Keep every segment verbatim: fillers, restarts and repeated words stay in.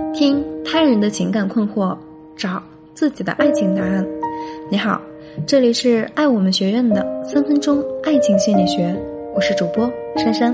听他人的情感困惑，找自己的爱情答案。你好，这里是爱我们学院的三分钟爱情心理学，我是主播珊珊。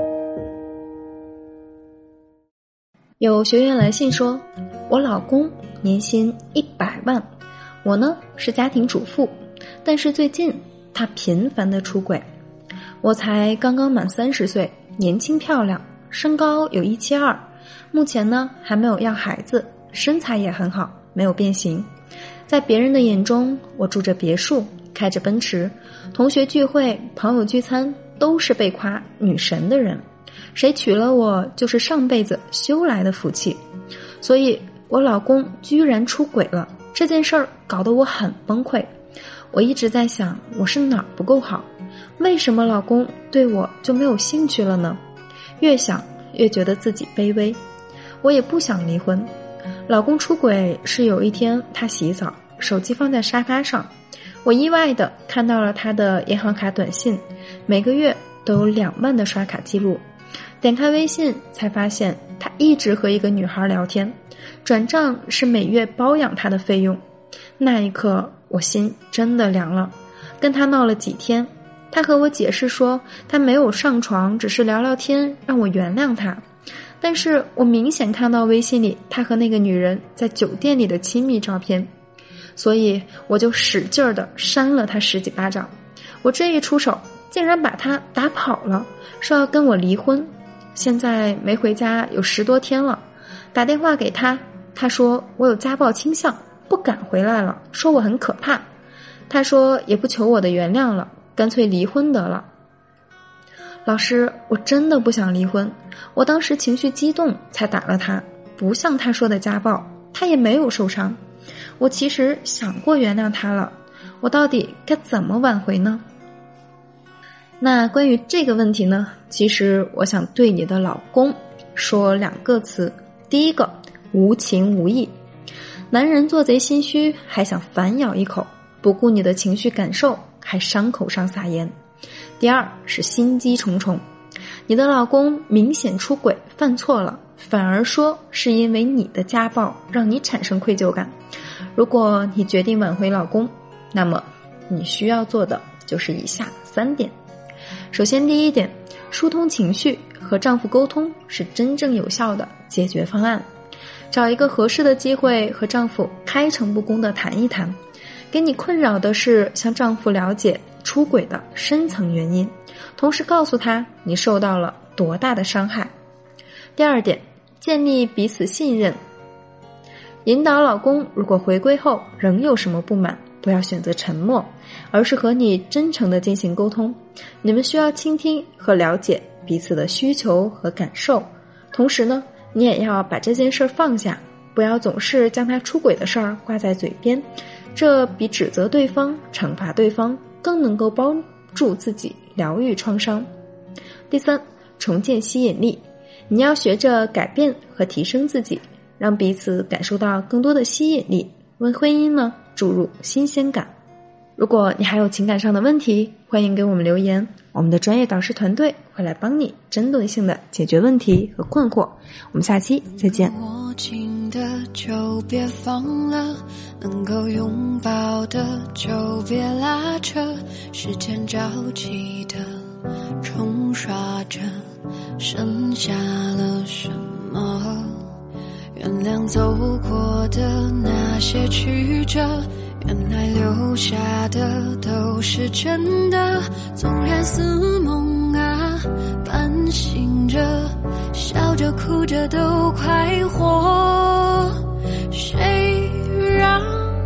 有学员来信说，我老公年薪一百万，我呢是家庭主妇，但是最近他频繁的出轨。我才刚刚满三十岁，年轻漂亮，身高有一七二，目前呢还没有要孩子，身材也很好，没有变形。在别人的眼中，我住着别墅，开着奔驰，同学聚会、朋友聚餐都是被夸女神的人，谁娶了我就是上辈子修来的福气。所以我老公居然出轨了，这件事儿搞得我很崩溃。我一直在想，我是哪儿不够好？为什么老公对我就没有兴趣了呢？越想越觉得自己卑微。我也不想离婚。老公出轨是有一天他洗澡，手机放在沙发上，我意外地看到了他的银行卡短信，每个月都有两万的刷卡记录。点开微信才发现他一直和一个女孩聊天，转账是每月包养他的费用。那一刻我心真的凉了。跟他闹了几天，他和我解释说他没有上床，只是聊聊天，让我原谅他。但是我明显看到微信里他和那个女人在酒店里的亲密照片，所以我就使劲儿地扇了他十几巴掌。我这一出手竟然把他打跑了，说要跟我离婚。现在没回家有十多天了，打电话给他，他说我有家暴倾向，不敢回来了，说我很可怕。他说也不求我的原谅了，干脆离婚得了。老师，我真的不想离婚，我当时情绪激动才打了他，不像他说的家暴，他也没有受伤。我其实想过原谅他了，我到底该怎么挽回呢？那关于这个问题呢，其实我想对你的老公说两个词。第一个，无情无义。男人做贼心虚，还想反咬一口，不顾你的情绪感受，还伤口上撒盐。第二是心机重重，你的老公明显出轨犯错了，反而说是因为你的家暴让你产生愧疚感。如果你决定挽回老公，那么你需要做的就是以下三点。首先，第一点，疏通情绪，和丈夫沟通是真正有效的解决方案。找一个合适的机会和丈夫开诚布公地谈一谈。给你困扰的是向丈夫了解出轨的深层原因，同时告诉他你受到了多大的伤害。第二点，建立彼此信任。引导老公如果回归后仍有什么不满，不要选择沉默，而是和你真诚地进行沟通。你们需要倾听和了解彼此的需求和感受，同时呢，你也要把这件事放下，不要总是将他出轨的事儿挂在嘴边，这比指责对方、惩罚对方更能够帮助自己疗愈创伤。第三，重建吸引力。你要学着改变和提升自己，让彼此感受到更多的吸引力，为婚姻呢注入新鲜感。如果你还有情感上的问题，欢迎给我们留言，我们的专业导师团队会来帮你针对性的解决问题和困惑。我们下期再见。 握紧的就别放了，能够拥抱的就别拉扯，时间着急的冲刷着，剩下了什么？原谅走过的那些曲折，原来留下的都是真的。纵然似梦啊，半醒着，笑着哭着都快活。谁让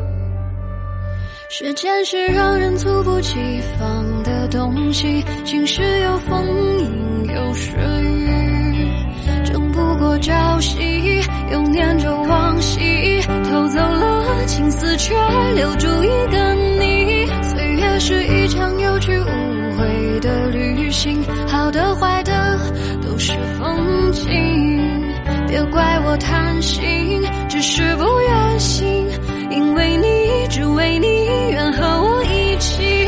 时间是让人猝不及防的东西，晴时有风，阴有时雨，争不过朝夕，又念着往昔，偷走了青丝，却留住一个你。岁月是一场有去无回的旅行，好的坏的都是风景。别怪我贪心，只是不愿醒，因为你，只为你愿和我一起。